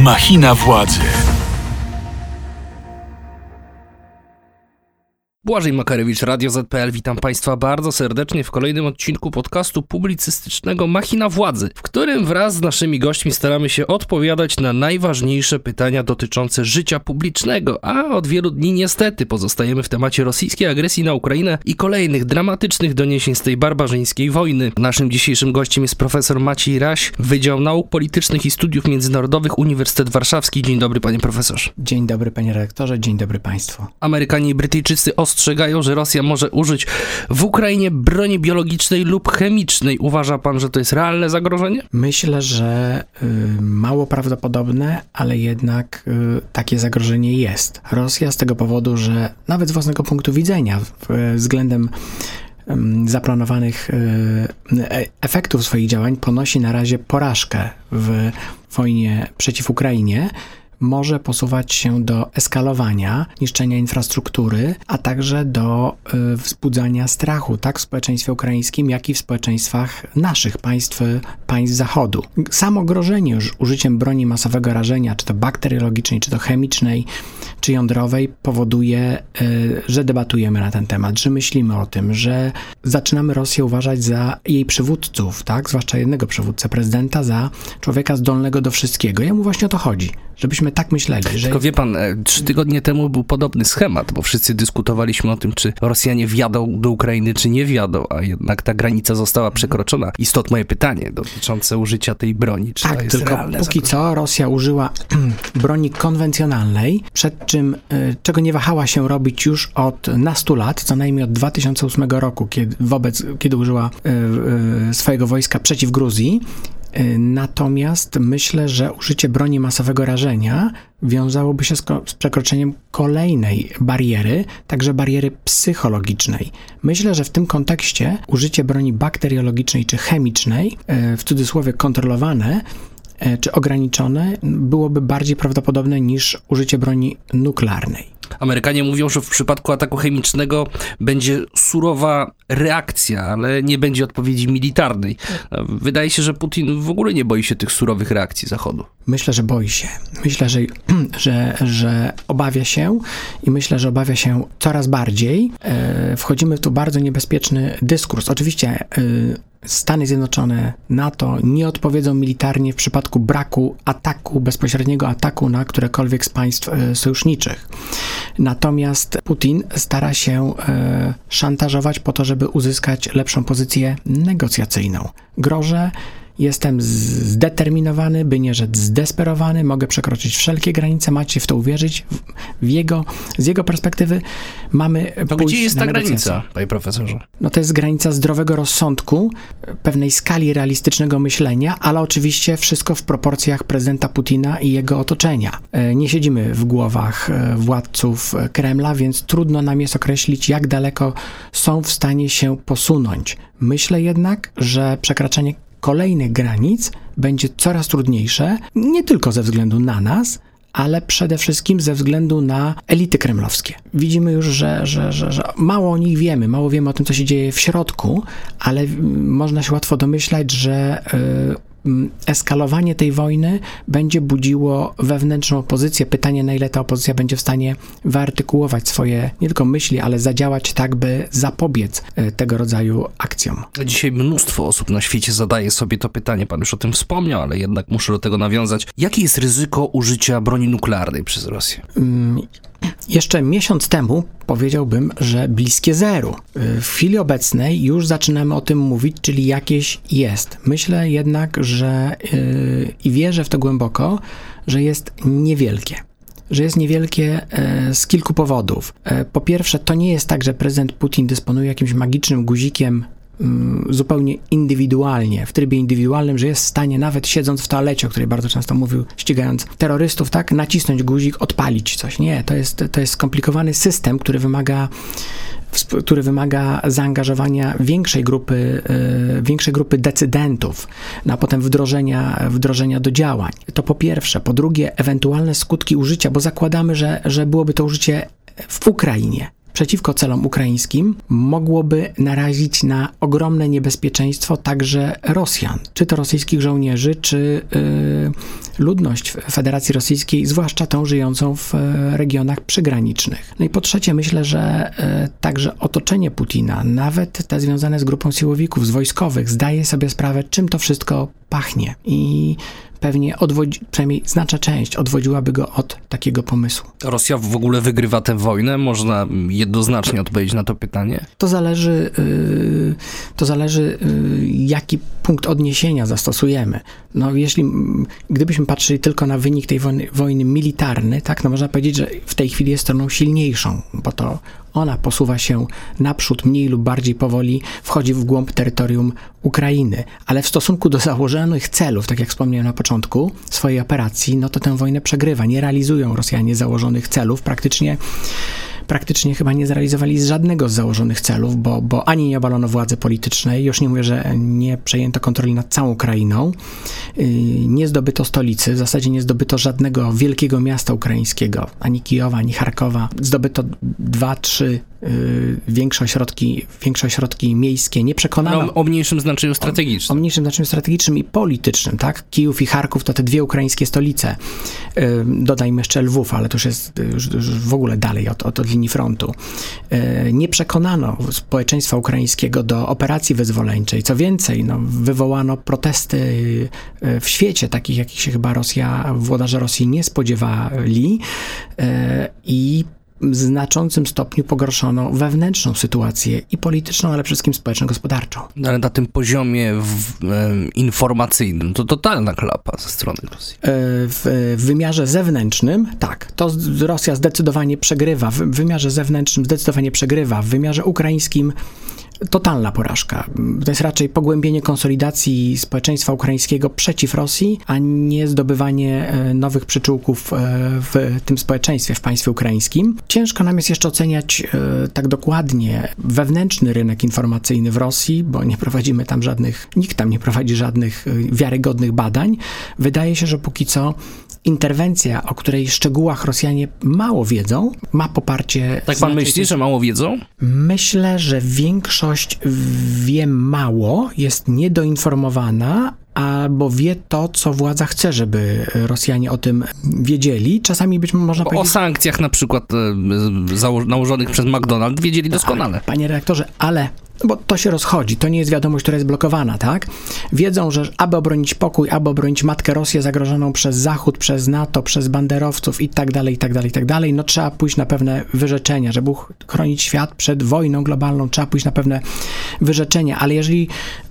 Machina władzy. Błażej Makarewicz, Radio ZPL. Witam Państwa bardzo serdecznie w kolejnym odcinku podcastu publicystycznego Machina Władzy, w którym wraz z naszymi gośćmi staramy się odpowiadać na najważniejsze pytania dotyczące życia publicznego, a od wielu dni niestety pozostajemy w temacie rosyjskiej agresji na Ukrainę i kolejnych dramatycznych doniesień z tej barbarzyńskiej wojny. Naszym dzisiejszym gościem jest profesor Maciej Raś, Wydział Nauk Politycznych i Studiów Międzynarodowych, Uniwersytet Warszawski. Dzień dobry, panie profesorze. Dzień dobry, panie redaktorze, dzień dobry państwu. Amerykanie i Brytyjczycy ostrzegają, że Rosja może użyć w Ukrainie broni biologicznej lub chemicznej. Uważa pan, że to jest realne zagrożenie? Myślę, że mało prawdopodobne, ale jednak takie zagrożenie jest. Rosja z tego powodu, że nawet z własnego punktu widzenia względem zaplanowanych efektów swoich działań ponosi na razie porażkę w wojnie przeciw Ukrainie, może posuwać się do eskalowania, niszczenia infrastruktury, a także do wzbudzania strachu, tak w społeczeństwie ukraińskim, jak i w społeczeństwach naszych państw Zachodu. Samo grożenie już użyciem broni masowego rażenia, czy to bakteriologicznej, czy to chemicznej, czy jądrowej, powoduje, że debatujemy na ten temat, że myślimy o tym, że zaczynamy Rosję uważać za jej przywódców, tak, zwłaszcza jednego przywódcę, prezydenta, za człowieka zdolnego do wszystkiego. Jemu właśnie o to chodzi, żebyśmy tak myśleli. Że... Tylko wie pan, 3 tygodnie temu był podobny schemat, bo wszyscy dyskutowaliśmy o tym, czy Rosjanie wjadą do Ukrainy, czy nie wjadą, a jednak ta granica została przekroczona. I stąd moje pytanie dotyczące użycia tej broni. Czy tak, to jest tylko póki co Rosja użyła broni konwencjonalnej, przed czym, czego nie wahała się robić już od nastu lat, co najmniej od 2008 roku, kiedy użyła swojego wojska przeciw Gruzji. Natomiast myślę, że użycie broni masowego rażenia wiązałoby się z przekroczeniem kolejnej bariery, także bariery psychologicznej. Myślę, że w tym kontekście użycie broni bakteriologicznej czy chemicznej, w cudzysłowie kontrolowane, czy ograniczone, byłoby bardziej prawdopodobne niż użycie broni nuklearnej. Amerykanie mówią, że w przypadku ataku chemicznego będzie surowa reakcja, ale nie będzie odpowiedzi militarnej. Wydaje się, że Putin w ogóle nie boi się tych surowych reakcji Zachodu. Myślę, że boi się. Myślę, że obawia się i myślę, że obawia się coraz bardziej. Wchodzimy w tu bardzo niebezpieczny dyskurs. Oczywiście Stany Zjednoczone, NATO nie odpowiedzą militarnie w przypadku braku ataku, bezpośredniego ataku na którekolwiek z państw sojuszniczych. Natomiast Putin stara się szantażować po to, żeby uzyskać lepszą pozycję negocjacyjną. Grożę, jestem zdeterminowany, by nie rzec zdesperowany, mogę przekroczyć wszelkie granice, macie w to uwierzyć. Z jego perspektywy mamy to pójść gdzie jest ta negocjacje. granica, panie profesorze? No to jest granica zdrowego rozsądku, pewnej skali realistycznego myślenia, ale oczywiście wszystko w proporcjach prezydenta Putina i jego otoczenia. Nie siedzimy w głowach władców Kremla, więc trudno nam jest określić, jak daleko są w stanie się posunąć. Myślę jednak, że przekraczanie kolejnych granic będzie coraz trudniejsze, nie tylko ze względu na nas, ale przede wszystkim ze względu na elity kremlowskie. Widzimy już, że mało o nich wiemy, mało wiemy o tym, co się dzieje w środku, ale można się łatwo domyślać, że eskalowanie tej wojny będzie budziło wewnętrzną opozycję. Pytanie, na ile ta opozycja będzie w stanie wyartykułować swoje nie tylko myśli, ale zadziałać tak, by zapobiec tego rodzaju akcjom. Dzisiaj mnóstwo osób na świecie zadaje sobie to pytanie. Pan już o tym wspomniał, ale jednak muszę do tego nawiązać. Jakie jest ryzyko użycia broni nuklearnej przez Rosję? Jeszcze miesiąc temu powiedziałbym, że bliskie zeru. W chwili obecnej już zaczynamy o tym mówić, czyli jakieś jest. Myślę jednak, że i wierzę w to głęboko, że jest niewielkie. Że jest niewielkie z kilku powodów. Po pierwsze, to nie jest tak, że prezydent Putin dysponuje jakimś magicznym guzikiem zupełnie indywidualnie, w trybie indywidualnym, że jest w stanie nawet siedząc w toalecie, o której bardzo często mówił, ścigając terrorystów, tak, nacisnąć guzik, odpalić coś. Nie, to jest skomplikowany system, który wymaga zaangażowania większej grupy decydentów, a potem wdrożenia do działań. To po pierwsze. Po drugie, ewentualne skutki użycia, bo zakładamy, że byłoby to użycie w Ukrainie. przeciwko celom ukraińskim mogłoby narazić na ogromne niebezpieczeństwo także Rosjan, czy to rosyjskich żołnierzy, czy ludność Federacji Rosyjskiej, zwłaszcza tą żyjącą w regionach przygranicznych. No i po trzecie, myślę, że także otoczenie Putina, nawet te związane z grupą siłowików, z wojskowych, zdaje sobie sprawę, czym to wszystko pachnie i pewnie przynajmniej znaczna część odwodziłaby go od takiego pomysłu. Rosja w ogóle wygrywa tę wojnę? Można jednoznacznie odpowiedzieć na to pytanie? To zależy, jaki punkt odniesienia zastosujemy. No gdybyśmy patrzyli tylko na wynik tej wojny militarny, tak, no można powiedzieć, że w tej chwili jest stroną silniejszą, bo to ona posuwa się naprzód, mniej lub bardziej powoli, wchodzi w głąb terytorium Ukrainy. Ale w stosunku do założonych celów, tak jak wspomniałem na początku swojej operacji, no to tę wojnę przegrywa. Nie realizują Rosjanie założonych celów. Praktycznie chyba nie zrealizowali żadnego z założonych celów, bo ani nie obalono władzy politycznej, już nie mówię, że nie przejęto kontroli nad całą krainą, nie zdobyto stolicy, w zasadzie nie zdobyto żadnego wielkiego miasta ukraińskiego, ani Kijowa, ani Charkowa. Zdobyto 2-3 większe ośrodki miejskie. Nie przekonano... No, o mniejszym znaczeniu strategicznym. O mniejszym znaczeniu strategicznym i politycznym, tak? Kijów i Charków to te dwie ukraińskie stolice. Dodajmy jeszcze Lwów, ale to już jest już w ogóle dalej od linii frontu. Nie przekonano społeczeństwa ukraińskiego do operacji wyzwoleńczej. Co więcej, wywołano protesty w świecie, takich jakich się chyba włodarze Rosji nie spodziewali i w znaczącym stopniu pogorszono wewnętrzną sytuację i polityczną, ale przede wszystkim społeczno-gospodarczą. Ale na tym poziomie informacyjnym to totalna klapa ze strony Rosji. W wymiarze zewnętrznym, tak, to Rosja zdecydowanie przegrywa. W wymiarze zewnętrznym zdecydowanie przegrywa. W wymiarze ukraińskim totalna porażka. To jest raczej pogłębienie konsolidacji społeczeństwa ukraińskiego przeciw Rosji, a nie zdobywanie nowych przyczółków w tym społeczeństwie, w państwie ukraińskim. Ciężko nam jest jeszcze oceniać tak dokładnie wewnętrzny rynek informacyjny w Rosji, bo nikt tam nie prowadzi żadnych wiarygodnych badań. Wydaje się, że póki co interwencja, o której szczegółach Rosjanie mało wiedzą, ma poparcie... Tak pan myśli, że mało wiedzą? Myślę, że większość wie mało, jest niedoinformowana, albo wie to, co władza chce, żeby Rosjanie o tym wiedzieli. Czasami być może można powiedzieć... O sankcjach na przykład nałożonych przez McDonald's wiedzieli doskonale. Panie redaktorze, ale... Bo to się rozchodzi, to nie jest wiadomość, która jest blokowana, tak? Wiedzą, że aby obronić pokój, aby obronić matkę Rosję zagrożoną przez Zachód, przez NATO, przez banderowców i tak dalej, no trzeba pójść na pewne wyrzeczenia, żeby chronić świat przed wojną globalną, trzeba pójść na pewne wyrzeczenia, ale jeżeli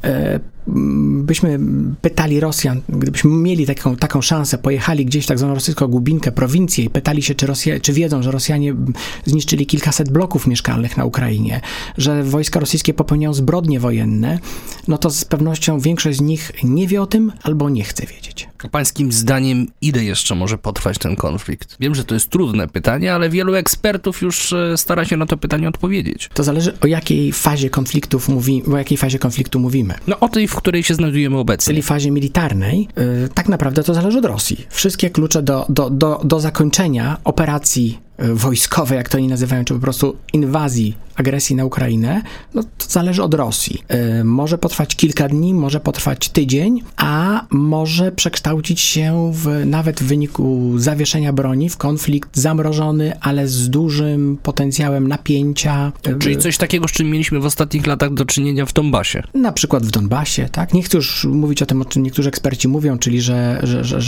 byśmy pytali Rosjan, gdybyśmy mieli taką szansę, pojechali gdzieś w tak zwaną rosyjską głubinkę, prowincję i pytali się, czy wiedzą, że Rosjanie zniszczyli kilkaset bloków mieszkalnych na Ukrainie, że wojska rosyjskie popełniają zbrodnie wojenne, no to z pewnością większość z nich nie wie o tym albo nie chce wiedzieć. A pańskim zdaniem ile jeszcze może potrwać ten konflikt? Wiem, że to jest trudne pytanie, ale wielu ekspertów już stara się na to pytanie odpowiedzieć. To zależy o jakiej fazie konfliktu mówimy. No o tej, w której się znajdujemy obecnie. Czyli fazie militarnej, tak naprawdę to zależy od Rosji. Wszystkie klucze do zakończenia operacji wojskowej, jak to oni nazywają, czy po prostu inwazji, agresji na Ukrainę, no to zależy od Rosji. Może potrwać kilka dni, może potrwać tydzień, a może przekształcić się nawet w wyniku zawieszenia broni w konflikt zamrożony, ale z dużym potencjałem napięcia. Czyli coś takiego, z czym mieliśmy w ostatnich latach do czynienia w Donbasie. Na przykład w Donbasie, tak? Nie chcę już mówić o tym, o czym niektórzy eksperci mówią, czyli że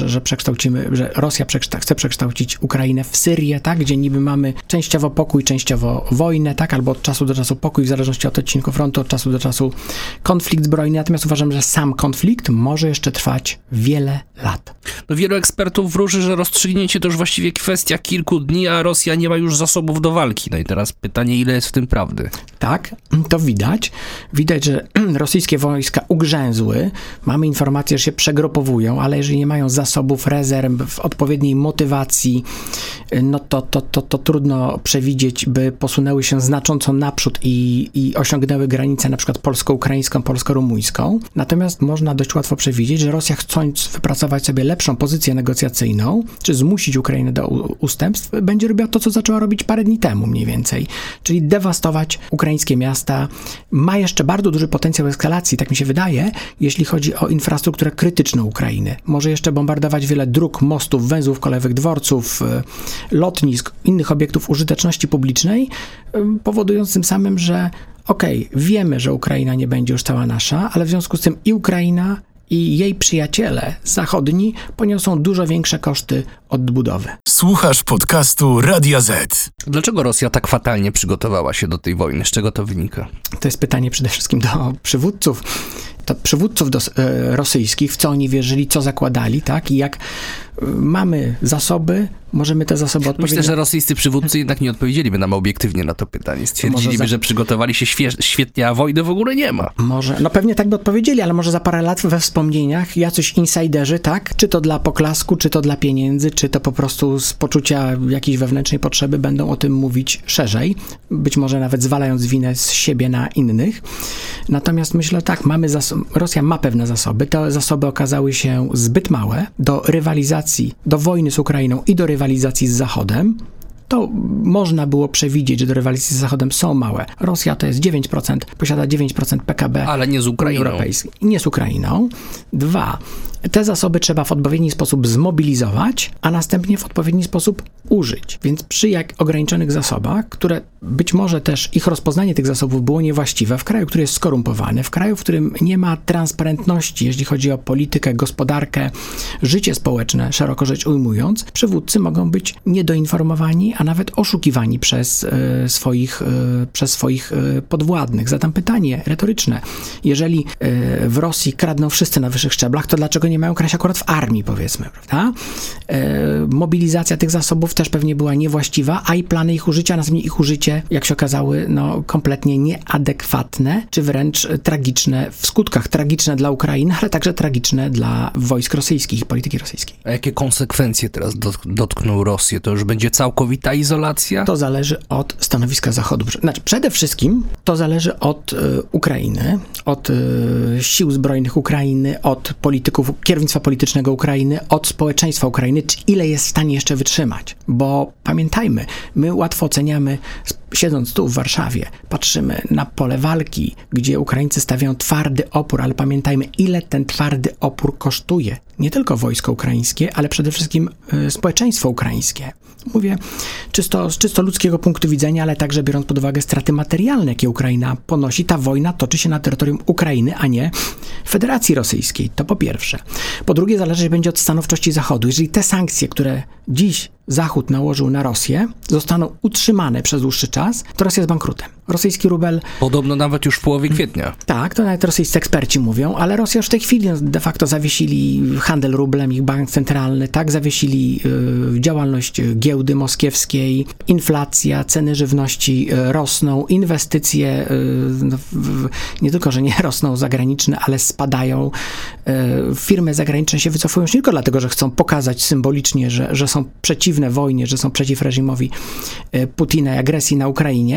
Rosja chce przekształcić Ukrainę w Syrię, tak? Gdzie niby mamy częściowo pokój, częściowo wojnę, tak? Albo od czasu do czasu pokój, w zależności od odcinku frontu, od czasu do czasu konflikt zbrojny. Natomiast uważam, że sam konflikt może jeszcze trwać wiele lat. No wielu ekspertów wróży, że rozstrzygnięcie to już właściwie kwestia kilku dni, a Rosja nie ma już zasobów do walki. No i teraz pytanie, ile jest w tym prawdy? Tak, to widać. Widać, że rosyjskie wojska ugrzęzły. Mamy informacje, że się przegrupowują, ale jeżeli nie mają zasobów, rezerw, odpowiedniej motywacji, no to to trudno przewidzieć, by posunęły się znacząco naprzód i osiągnęły granicę na przykład polsko-ukraińską, polsko-rumuńską. Natomiast można dość łatwo przewidzieć, że Rosja, chcąc wypracować sobie lepszą pozycję negocjacyjną, czy zmusić Ukrainę do ustępstw, będzie robiła to, co zaczęła robić parę dni temu mniej więcej, czyli dewastować ukraińskie miasta. Ma jeszcze bardzo duży potencjał eskalacji, tak mi się wydaje, jeśli chodzi o infrastrukturę krytyczną Ukrainy. Może jeszcze bombardować wiele dróg, mostów, węzłów kolejowych, dworców, lotnisk, innych obiektów użyteczności publicznej, powodując tym samym, że wiemy, że Ukraina nie będzie już cała nasza, ale w związku z tym i Ukraina, i jej przyjaciele zachodni poniosą dużo większe koszty odbudowy. Słuchasz podcastu Radia Z. Dlaczego Rosja tak fatalnie przygotowała się do tej wojny? Z czego to wynika? To jest pytanie przede wszystkim do przywódców. Rosyjskich, w co oni wierzyli, co zakładali, tak? I jak mamy zasoby, możemy te zasoby odpowiedzieć. Myślę, że rosyjscy przywódcy jednak nie odpowiedzieliby nam obiektywnie na to pytanie. Stwierdziliby, że przygotowali się świetnie, a wojny w ogóle nie ma. Może, pewnie tak by odpowiedzieli, ale może za parę lat we wspomnieniach jacyś insiderzy, tak? Czy to dla poklasku, czy to dla pieniędzy, czy to po prostu z poczucia jakiejś wewnętrznej potrzeby będą o tym mówić szerzej. Być może nawet zwalając winę z siebie na innych. Natomiast myślę tak, Rosja ma pewne zasoby. Te zasoby okazały się zbyt małe do rywalizacji, do wojny z Ukrainą i do rywalizacji z Zachodem. To można było przewidzieć, że do rywalizacji z Zachodem są małe. Rosja to jest 9%, posiada 9% PKB. Ale nie z Ukrainą. Nie z Ukrainą. 2. Te zasoby trzeba w odpowiedni sposób zmobilizować, a następnie w odpowiedni sposób użyć. Więc przy ograniczonych zasobach, które być może też ich rozpoznanie tych zasobów było niewłaściwe, w kraju, który jest skorumpowany, w kraju, w którym nie ma transparentności, jeśli chodzi o politykę, gospodarkę, życie społeczne, szeroko rzecz ujmując, przywódcy mogą być niedoinformowani, a nawet oszukiwani przez swoich podwładnych. Zadam pytanie retoryczne. Jeżeli w Rosji kradną wszyscy na wyższych szczeblach, to dlaczego nie mają kraść akurat w armii, powiedzmy, prawda? Mobilizacja tych zasobów też pewnie była niewłaściwa, a i plany ich użycia, następnie ich użycie, jak się okazały, kompletnie nieadekwatne, czy wręcz tragiczne w skutkach, tragiczne dla Ukrainy, ale także tragiczne dla wojsk rosyjskich i polityki rosyjskiej. A jakie konsekwencje teraz dotkną Rosję? To już będzie całkowita izolacja? To zależy od stanowiska Zachodu. Znaczy, przede wszystkim to zależy od Ukrainy, od sił zbrojnych Ukrainy, od polityków, kierownictwa politycznego Ukrainy, od społeczeństwa Ukrainy, czy ile jest w stanie jeszcze wytrzymać. Bo pamiętajmy, my łatwo oceniamy, siedząc tu w Warszawie, patrzymy na pole walki, gdzie Ukraińcy stawiają twardy opór, ale pamiętajmy, ile ten twardy opór kosztuje. Nie tylko wojsko ukraińskie, ale przede wszystkim społeczeństwo ukraińskie. Mówię z czysto ludzkiego punktu widzenia, ale także biorąc pod uwagę straty materialne, jakie Ukraina ponosi. Ta wojna toczy się na terytorium Ukrainy, a nie Federacji Rosyjskiej. To po pierwsze. Po drugie, zależy będzie od stanowczości Zachodu. Jeżeli te sankcje, które dziś Zachód nałożył na Rosję, zostaną utrzymane przez dłuższy czas, to Rosja jest bankrutem. Rosyjski rubel... Podobno nawet już w połowie kwietnia. Tak, to nawet rosyjscy eksperci mówią, ale Rosja już w tej chwili de facto zawiesili handel rublem, ich bank centralny, tak, zawiesili działalność giełdy moskiewskiej, inflacja, ceny żywności rosną, inwestycje nie tylko, że nie rosną zagraniczne, ale spadają. Firmy zagraniczne się wycofują już nie tylko dlatego, że chcą pokazać symbolicznie, że są przeciwne wojnie, że są przeciw reżimowi Putina i agresji na Ukrainę,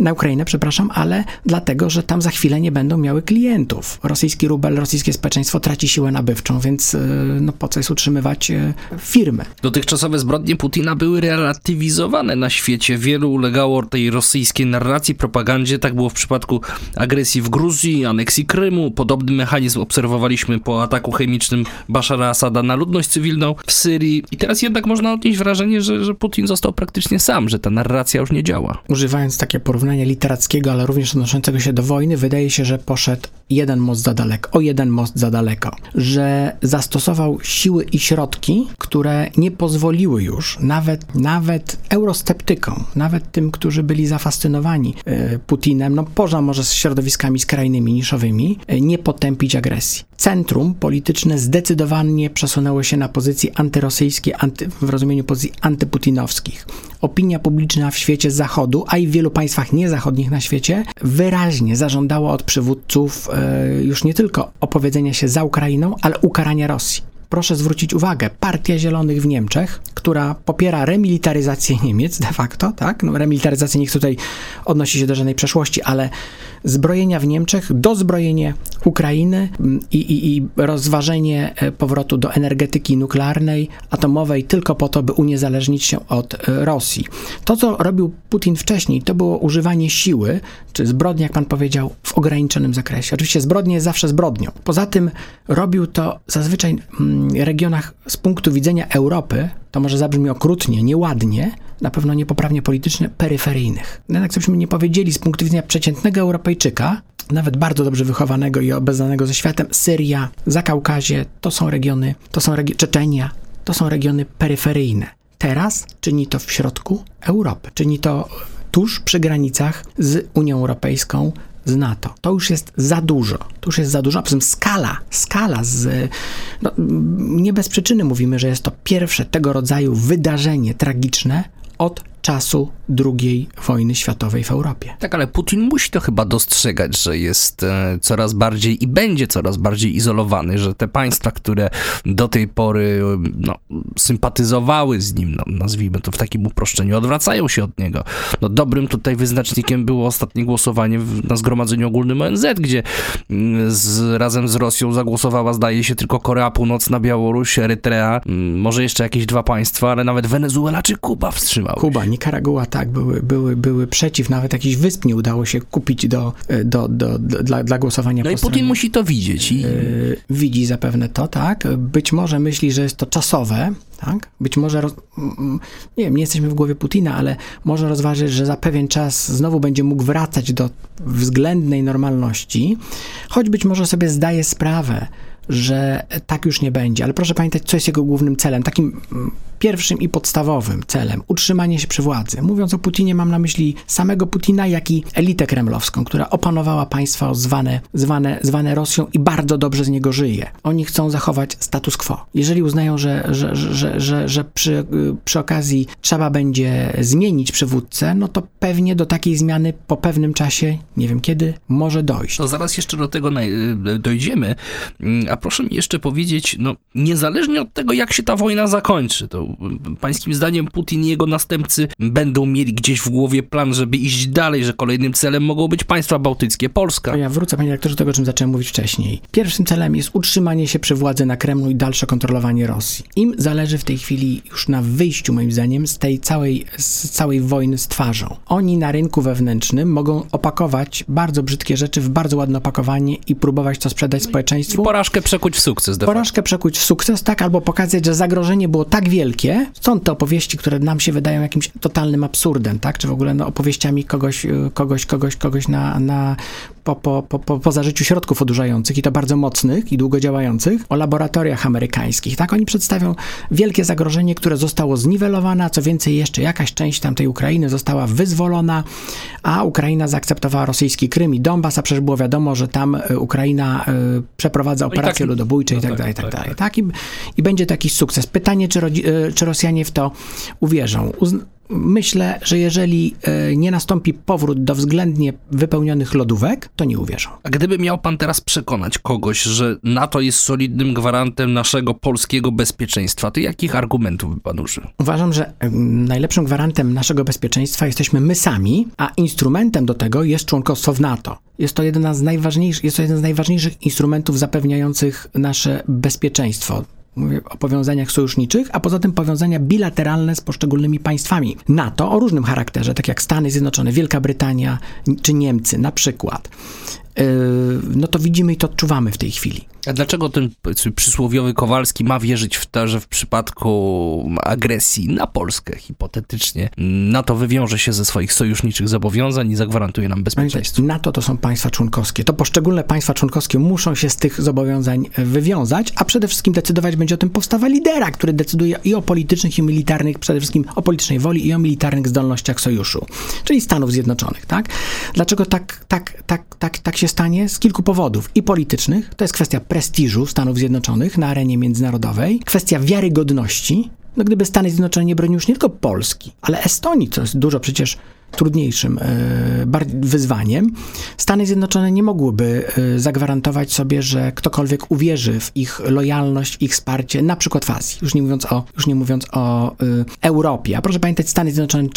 ale dlatego, że tam za chwilę nie będą miały klientów. Rosyjski rubel, rosyjskie społeczeństwo traci siłę nabywczą, więc po co jest utrzymywać firmy? Dotychczasowe zbrodnie Putina były relatywizowane na świecie. Wielu ulegało tej rosyjskiej narracji, propagandzie. Tak było w przypadku agresji w Gruzji, aneksji Krymu. Podobny mechanizm obserwowaliśmy po ataku chemicznym Bashara Asada na ludność cywilną w Syrii. I teraz jednak można odnieść wrażenie, że Putin został praktycznie sam, że ta narracja już nie działa. Używając takie porównania literackiego, ale również odnoszącego się do wojny, wydaje się, że poszedł o jeden most za daleko, że zastosował siły i środki, które nie pozwoliły już nawet eurosceptykom, nawet tym, którzy byli zafascynowani Putinem, poza może z środowiskami skrajnymi, niszowymi, nie potępić agresji. Centrum polityczne zdecydowanie przesunęło się na pozycje antyrosyjskie, w rozumieniu pozycji antyputinowskich. Opinia publiczna w świecie Zachodu, a i w wielu państwach niezachodnich na świecie, wyraźnie zażądała od przywódców już nie tylko opowiedzenia się za Ukrainą, ale ukarania Rosji. proszę zwrócić uwagę, Partia Zielonych w Niemczech, która popiera remilitaryzację Niemiec de facto, tak? No, remilitaryzacja nie chce tutaj odnosi się do żadnej przeszłości, ale zbrojenia w Niemczech, dozbrojenie Ukrainy i rozważenie powrotu do energetyki nuklearnej, atomowej tylko po to, by uniezależnić się od Rosji. To, co robił Putin wcześniej, to było używanie siły, czy zbrodni, jak pan powiedział, w ograniczonym zakresie. Oczywiście zbrodnia jest zawsze zbrodnią. Poza tym robił to zazwyczaj w regionach z punktu widzenia Europy, to może zabrzmi okrutnie, nieładnie, na pewno niepoprawnie politycznie, peryferyjnych. Jednak cobyśmy nie powiedzieli z punktu widzenia przeciętnego Europejczyka, nawet bardzo dobrze wychowanego i obeznanego ze światem, Syria, Zakaukazie, to są regiony, Czeczenia, to są regiony peryferyjne. Teraz czyni to w środku Europy, czyni to tuż przy granicach z Unią Europejską, z NATO. To już jest za dużo. A poza tym skala nie bez przyczyny mówimy, że jest to pierwsze tego rodzaju wydarzenie tragiczne od czasu II wojny światowej w Europie. Tak, ale Putin musi to chyba dostrzegać, że jest coraz bardziej i będzie coraz bardziej izolowany, że te państwa, które do tej pory sympatyzowały z nim, nazwijmy to w takim uproszczeniu, odwracają się od niego. Dobrym tutaj wyznacznikiem było ostatnie głosowanie na Zgromadzeniu Ogólnym ONZ, gdzie razem z Rosją zagłosowała, zdaje się, tylko Korea Północna, Białoruś, Erytrea, może jeszcze jakieś 2 państwa, ale nawet Wenezuela czy Kuba wstrzymały. Kuba, Nikaragua, tak, były przeciw, nawet jakichś wysp nie udało się kupić dla głosowania. No i Putin musi to widzieć. Widzi zapewne to, tak. Być może myśli, że jest to czasowe, tak. Być może, nie wiem, nie jesteśmy w głowie Putina, ale może rozważyć, że za pewien czas znowu będzie mógł wracać do względnej normalności, choć być może sobie zdaje sprawę, że tak już nie będzie. Ale proszę pamiętać, co jest jego głównym celem, takim pierwszym i podstawowym celem, utrzymanie się przy władzy. Mówiąc o Putinie, mam na myśli samego Putina, jak i elitę kremlowską, która opanowała państwa zwane Rosją i bardzo dobrze z niego żyje. Oni chcą zachować status quo. Jeżeli uznają, że przy okazji trzeba będzie zmienić przywódcę, no to pewnie do takiej zmiany po pewnym czasie, nie wiem kiedy, może dojść. To zaraz jeszcze do tego dojdziemy, a proszę mi jeszcze powiedzieć, niezależnie od tego, jak się ta wojna zakończy, to pańskim zdaniem Putin i jego następcy będą mieli gdzieś w głowie plan, żeby iść dalej, że kolejnym celem mogą być państwa bałtyckie, Polska. To ja wrócę, panie redaktorze, do tego, o czym zacząłem mówić wcześniej. Pierwszym celem jest utrzymanie się przy władzy na Kremlu i dalsze kontrolowanie Rosji. Im zależy w tej chwili już na wyjściu, moim zdaniem, z tej całej wojny z twarzą. Oni na rynku wewnętrznym mogą opakować bardzo brzydkie rzeczy w bardzo ładne opakowanie i próbować to sprzedać społeczeństwu. I porażkę przekuć w sukces. Porażkę przekuć w sukces, tak, albo pokazać, że zagrożenie było tak wielkie. Są te opowieści, które nam się wydają jakimś totalnym absurdem, tak, czy w ogóle opowieściami kogoś po zażyciu środków odurzających i to bardzo mocnych i długo działających, o laboratoriach amerykańskich, tak, oni przedstawią wielkie zagrożenie, które zostało zniwelowane, a co więcej jeszcze jakaś część tamtej Ukrainy została wyzwolona, a Ukraina zaakceptowała rosyjski Krym i Donbas, a przecież było wiadomo, że tam Ukraina przeprowadza operacje ludobójcze i tak dalej, tak, i będzie taki sukces. Pytanie, czy Rosjanie w to uwierzą. Myślę, że jeżeli nie nastąpi powrót do względnie wypełnionych lodówek, to nie uwierzą. A gdyby miał pan teraz przekonać kogoś, że NATO jest solidnym gwarantem naszego polskiego bezpieczeństwa, to jakich argumentów by pan użył? Uważam, że najlepszym gwarantem naszego bezpieczeństwa jesteśmy my sami, a instrumentem do tego jest członkostwo w NATO. Jest to jeden z najważniejszych instrumentów zapewniających nasze bezpieczeństwo. Mówię o powiązaniach sojuszniczych, a poza tym powiązania bilateralne z poszczególnymi państwami NATO o różnym charakterze, tak jak Stany Zjednoczone, Wielka Brytania czy Niemcy na przykład. No to widzimy i to odczuwamy w tej chwili. A dlaczego ten przysłowiowy Kowalski ma wierzyć w to, że w przypadku agresji na Polskę, hipotetycznie, NATO wywiąże się ze swoich sojuszniczych zobowiązań i zagwarantuje nam bezpieczeństwo? NATO to są państwa członkowskie. To poszczególne państwa członkowskie muszą się z tych zobowiązań wywiązać, a przede wszystkim decydować będzie o tym powstawa lidera, który decyduje i o politycznych, i militарnych, przede wszystkim o politycznej woli i o militarnych zdolnościach sojuszu, czyli Stanów Zjednoczonych, tak? Dlaczego tak się stanie? Z kilku powodów. I politycznych, to jest kwestia prestiżu Stanów Zjednoczonych na arenie międzynarodowej, kwestia wiarygodności. No gdyby Stany Zjednoczone nie broniły już nie tylko Polski, ale Estonii, co jest dużo przecież trudniejszym wyzwaniem. Stany Zjednoczone nie mogłyby zagwarantować sobie, że ktokolwiek uwierzy w ich lojalność, w ich wsparcie, na przykład w Azji, już nie mówiąc o Europie. A proszę pamiętać, Stany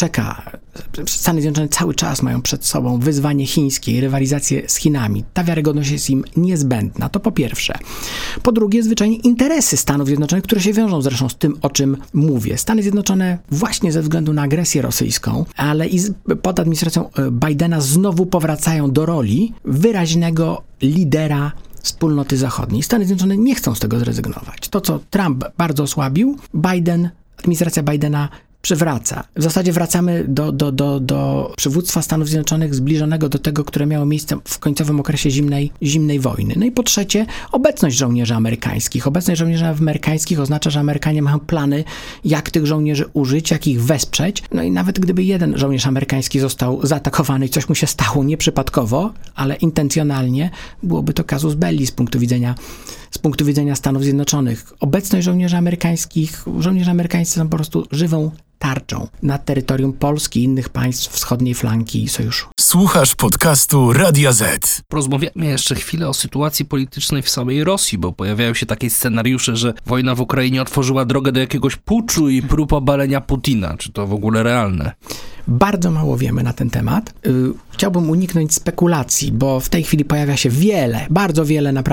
Zjednoczone cały czas mają przed sobą wyzwanie chińskie i rywalizację z Chinami. Ta wiarygodność jest im niezbędna, to po pierwsze. Po drugie, zwyczajnie interesy Stanów Zjednoczonych, które się wiążą zresztą z tym, o czym mówię. Stany Zjednoczone właśnie ze względu na agresję rosyjską, ale i pod administracją Bidena znowu powracają do roli wyraźnego lidera wspólnoty zachodniej. Stany Zjednoczone nie chcą z tego zrezygnować. To, co Trump bardzo osłabił, administracja Bidena przywraca. W zasadzie wracamy do przywództwa Stanów Zjednoczonych zbliżonego do tego, które miało miejsce w końcowym okresie zimnej wojny. No i po trzecie, obecność żołnierzy amerykańskich. Obecność żołnierzy amerykańskich oznacza, że Amerykanie mają plany, jak tych żołnierzy użyć, jak ich wesprzeć. No i nawet gdyby jeden żołnierz amerykański został zaatakowany i coś mu się stało nieprzypadkowo, ale intencjonalnie, byłoby to casus belli z punktu widzenia Stanów Zjednoczonych. Obecność żołnierzy amerykańscy są po prostu żywą tarczą nad terytorium Polski i innych państw wschodniej flanki sojuszu. Słuchasz podcastu Radia Z. Porozmawiamy jeszcze chwilę o sytuacji politycznej w samej Rosji, bo pojawiają się takie scenariusze, że wojna w Ukrainie otworzyła drogę do jakiegoś puczu i prób obalenia Putina. Czy to w ogóle realne? Bardzo mało wiemy na ten temat. Chciałbym uniknąć spekulacji, bo w tej chwili pojawia się bardzo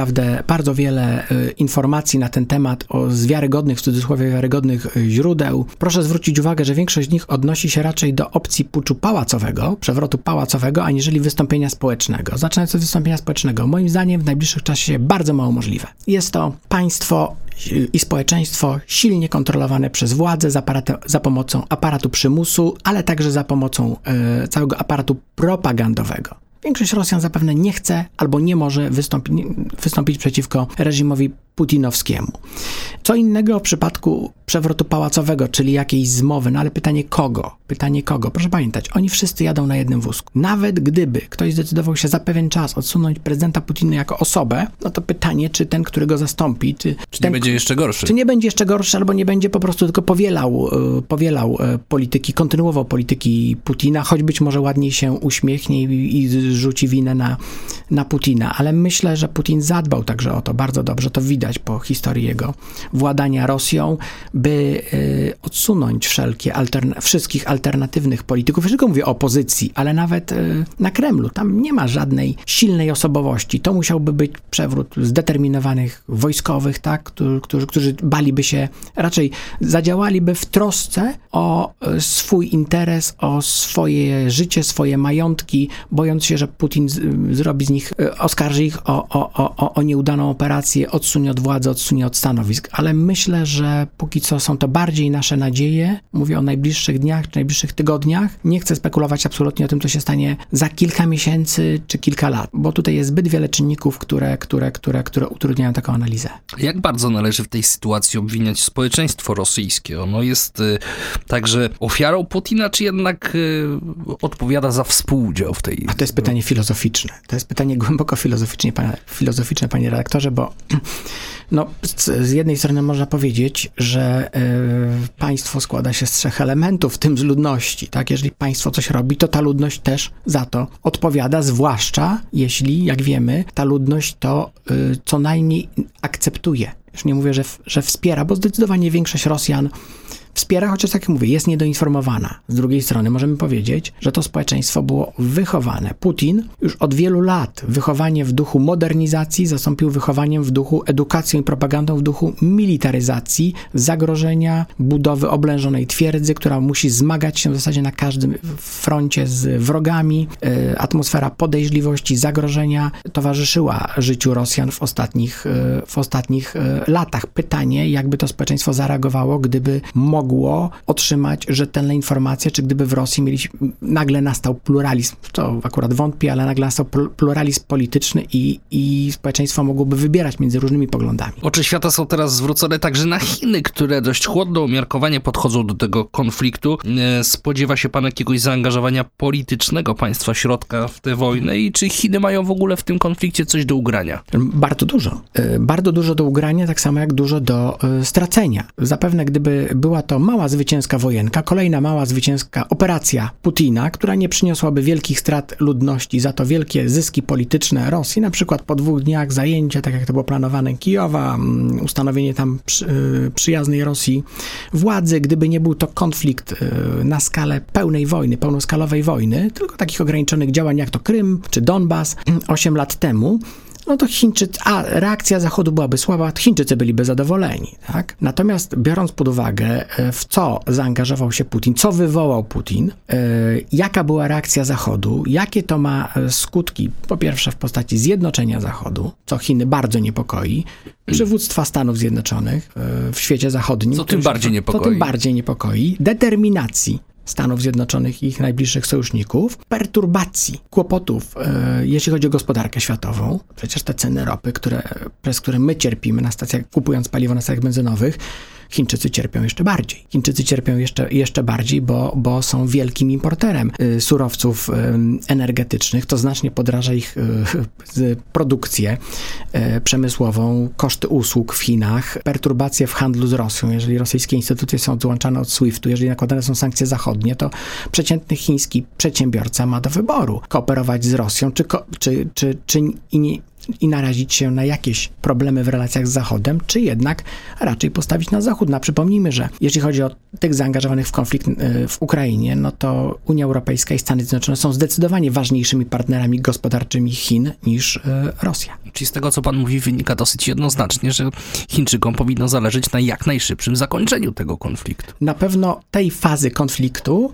wiele informacji na ten temat z wiarygodnych, w cudzysłowie wiarygodnych źródeł. Proszę zwrócić uwagę, że większość z nich odnosi się raczej do opcji puczu pałacowego, przewrotu pałacowego, aniżeli wystąpienia społecznego. Zaczynając od wystąpienia społecznego, moim zdaniem w najbliższym czasie bardzo mało możliwe. Jest to państwo i społeczeństwo silnie kontrolowane przez władzę za pomocą aparatu przymusu, ale także za pomocą całego aparatu propagandowego. Większość Rosjan zapewne nie chce albo nie może wystąpić przeciwko reżimowi putinowskiemu. Co innego w przypadku przewrotu pałacowego, czyli jakiejś zmowy, no ale pytanie kogo? Proszę pamiętać, oni wszyscy jadą na jednym wózku. Nawet gdyby ktoś zdecydował się za pewien czas odsunąć prezydenta Putina jako osobę, no to pytanie, czy ten, który go zastąpi, czy nie będzie jeszcze gorszy. Czy nie będzie jeszcze gorszy, albo nie będzie po prostu tylko powielał polityki, kontynuował polityki Putina, choć być może ładniej się uśmiechnie i rzuci winę na Putina. Ale myślę, że Putin zadbał także o to, bardzo dobrze to widać po historii jego władania Rosją, by odsunąć wszystkich alternatywnych polityków. Już tylko mówię o opozycji, ale nawet na Kremlu. Tam nie ma żadnej silnej osobowości. To musiałby być przewrót zdeterminowanych wojskowych, tak, którzy baliby się, raczej zadziałaliby w trosce o swój interes, o swoje życie, swoje majątki, bojąc się, że Putin zrobi z nich, oskarży ich o nieudaną operację, odsunie od władzy, odsunie od stanowisk. Ale myślę, że póki co są to bardziej nasze nadzieje. Mówię o najbliższych dniach, czy najbliższych tygodniach. Nie chcę spekulować absolutnie o tym, co się stanie za kilka miesięcy, czy kilka lat, bo tutaj jest zbyt wiele czynników, które utrudniają taką analizę. Jak bardzo należy w tej sytuacji obwiniać społeczeństwo rosyjskie? Ono jest także ofiarą Putina, czy jednak odpowiada za współudział w tej... A to jest pytanie filozoficzne. To jest pytanie głęboko filozoficzne, panie redaktorze, bo z jednej strony można powiedzieć, że państwo składa się z 3 elementów, w tym z ludności. Tak? Jeżeli państwo coś robi, to ta ludność też za to odpowiada, zwłaszcza jeśli, jak wiemy, ta ludność to co najmniej akceptuje. Już nie mówię, że wspiera, bo zdecydowanie większość Rosjan wspiera, chociaż tak jak mówię, jest niedoinformowana. Z drugiej strony możemy powiedzieć, że to społeczeństwo było wychowane. Putin już od wielu lat wychowanie w duchu modernizacji zastąpił wychowaniem w duchu edukacją i propagandą w duchu militaryzacji, zagrożenia, budowy oblężonej twierdzy, która musi zmagać się w zasadzie na każdym froncie z wrogami. Atmosfera podejrzliwości, zagrożenia towarzyszyła życiu Rosjan w ostatnich latach. Pytanie, jakby to społeczeństwo zareagowało, gdyby mogło otrzymać rzetelne informacje, czy gdyby w Rosji nagle nastał pluralizm, to akurat wątpię, ale nagle nastał pluralizm polityczny i społeczeństwo mogłoby wybierać między różnymi poglądami. Oczy świata są teraz zwrócone także na Chiny, które dość chłodno, umiarkowanie podchodzą do tego konfliktu. Spodziewa się pan jakiegoś zaangażowania politycznego państwa środka w tę wojnę i czy Chiny mają w ogóle w tym konflikcie coś do ugrania? Bardzo dużo. Bardzo dużo do ugrania, tak samo jak dużo do stracenia. Zapewne gdyby była to mała zwycięska wojenka, kolejna mała zwycięska operacja Putina, która nie przyniosłaby wielkich strat ludności, za to wielkie zyski polityczne Rosji, na przykład po 2 dniach zajęcia, tak jak to było planowane, Kijowa, ustanowienie tam przyjaznej Rosji władzy, gdyby nie był to konflikt na skalę pełnej wojny, pełnoskalowej wojny, tylko takich ograniczonych działań jak to Krym czy Donbas 8 lat temu, no to reakcja Zachodu byłaby słaba, Chińczycy byliby zadowoleni, tak? Natomiast biorąc pod uwagę, w co zaangażował się Putin, co wywołał Putin, jaka była reakcja Zachodu, jakie to ma skutki, po pierwsze w postaci zjednoczenia Zachodu, co Chiny bardzo niepokoi, przywództwa Stanów Zjednoczonych w świecie zachodnim. Co tym bardziej niepokoi. Determinacji Stanów Zjednoczonych i ich najbliższych sojuszników, perturbacji, kłopotów, jeśli chodzi o gospodarkę światową. Przecież te ceny ropy, przez które my cierpimy na stacjach, kupując paliwo na stacjach benzynowych, Chińczycy cierpią jeszcze bardziej. Chińczycy cierpią jeszcze bardziej, bo są wielkim importerem surowców energetycznych. To znacznie podraża ich produkcję przemysłową, koszty usług w Chinach, perturbacje w handlu z Rosją. Jeżeli rosyjskie instytucje są odłączane od SWIFT-u, jeżeli nakładane są sankcje zachodnie, to przeciętny chiński przedsiębiorca ma do wyboru kooperować z Rosją, i narazić się na jakieś problemy w relacjach z Zachodem, czy jednak raczej postawić na Zachód. No, przypomnijmy, że jeśli chodzi o tych zaangażowanych w konflikt w Ukrainie, no to Unia Europejska i Stany Zjednoczone są zdecydowanie ważniejszymi partnerami gospodarczymi Chin niż Rosja. Czyli z tego, co pan mówi, wynika dosyć jednoznacznie, że Chińczykom powinno zależeć na jak najszybszym zakończeniu tego konfliktu. Na pewno tej fazy konfliktu,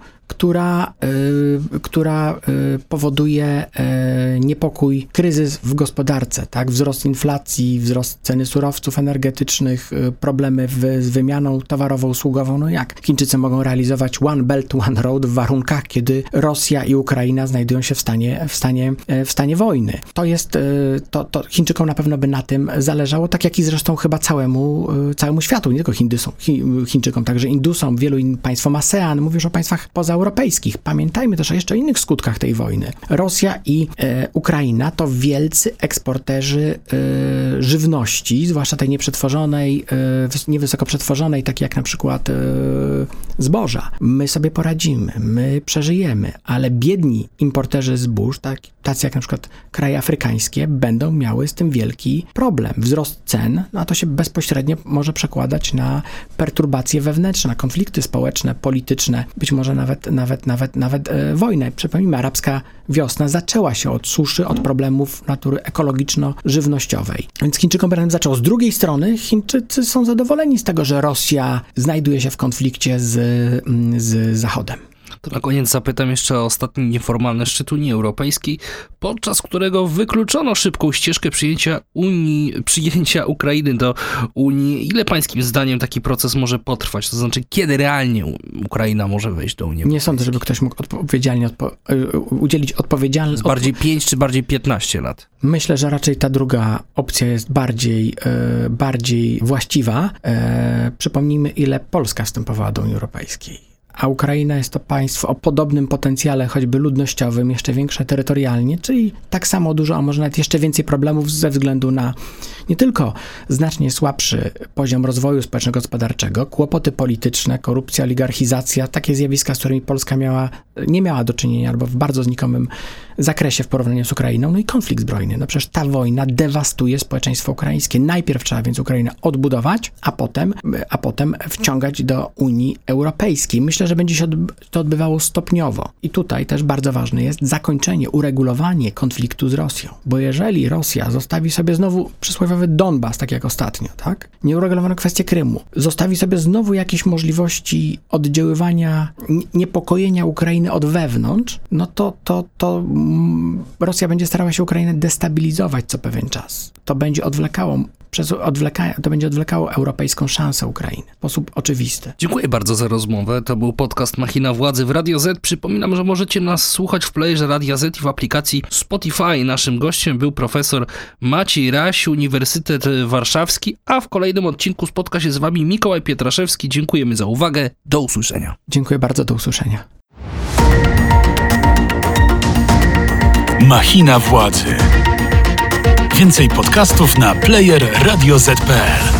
która powoduje niepokój, kryzys w gospodarce, tak? Wzrost inflacji, wzrost ceny surowców energetycznych, problemy z wymianą towarowo-usługową. No jak Chińczycy mogą realizować One Belt, One Road w warunkach, kiedy Rosja i Ukraina znajdują się w stanie wojny. To Chińczykom na pewno by na tym zależało, tak jak i zresztą chyba całemu światu, nie tylko Chińczykom, także Indusom, wielu innym państwom ASEAN, mówisz o państwach pozaeuropejskich. Pamiętajmy też o jeszcze innych skutkach tej wojny. Rosja i Ukraina to wielcy eksporterzy żywności, zwłaszcza tej nieprzetworzonej, niewysoko przetworzonej, tak jak na przykład zboża. My sobie poradzimy, my przeżyjemy, ale biedni importerzy zbóż, tacy jak na przykład kraje afrykańskie, będą miały z tym wielki problem. Wzrost cen, a to się bezpośrednio może przekładać na perturbacje wewnętrzne, na konflikty społeczne, polityczne, być może nawet wojnę. Przypomnijmy, arabska wiosna zaczęła się od suszy, od problemów natury ekologiczno-żywnościowej. Więc Chińczykom problem zaczął. Z drugiej strony Chińczycy są zadowoleni z tego, że Rosja znajduje się w konflikcie z Zachodem. To na koniec zapytam jeszcze o ostatni nieformalny szczyt Unii Europejskiej, podczas którego wykluczono szybką ścieżkę przyjęcia Ukrainy do Unii. Ile pańskim zdaniem taki proces może potrwać? To znaczy, kiedy realnie Ukraina może wejść do Unii Europejskiej? Nie sądzę, żeby ktoś mógł odpowiedzialnie udzielić odpowiedzialności. Bardziej 5 czy bardziej 15 lat? Myślę, że raczej ta druga opcja jest bardziej właściwa. Przypomnijmy, ile Polska wstępowała do Unii Europejskiej. A Ukraina jest to państwo o podobnym potencjale, choćby ludnościowym, jeszcze większe terytorialnie, czyli tak samo dużo, a może nawet jeszcze więcej problemów ze względu na nie tylko znacznie słabszy poziom rozwoju społeczno-gospodarczego, kłopoty polityczne, korupcja, oligarchizacja, takie zjawiska, z którymi Polska nie miała do czynienia albo w bardzo znikomym zakresie w porównaniu z Ukrainą, no i konflikt zbrojny. No przecież ta wojna dewastuje społeczeństwo ukraińskie. Najpierw trzeba więc Ukrainę odbudować, a potem wciągać do Unii Europejskiej. Myślę, że będzie się to odbywało stopniowo. I tutaj też bardzo ważne jest zakończenie, uregulowanie konfliktu z Rosją. Bo jeżeli Rosja zostawi sobie znowu przysłowiowy Donbas, tak jak ostatnio, tak? Nie uregulowano kwestię Krymu. Zostawi sobie znowu jakieś możliwości oddziaływania, niepokojenia Ukrainy od wewnątrz, no to Rosja będzie starała się Ukrainę destabilizować co pewien czas. To będzie odwlekało europejską szansę Ukrainy w sposób oczywisty. Dziękuję bardzo za rozmowę. To był podcast Machina Władzy w Radio Z. Przypominam, że możecie nas słuchać w playerze Radia Z i w aplikacji Spotify. Naszym gościem był profesor Maciej Raś, Uniwersytet Warszawski, a w kolejnym odcinku spotka się z wami Mikołaj Pietraszewski. Dziękujemy za uwagę. Do usłyszenia. Dziękuję bardzo, do usłyszenia. Machina Władzy. Więcej podcastów na player radioz.pl.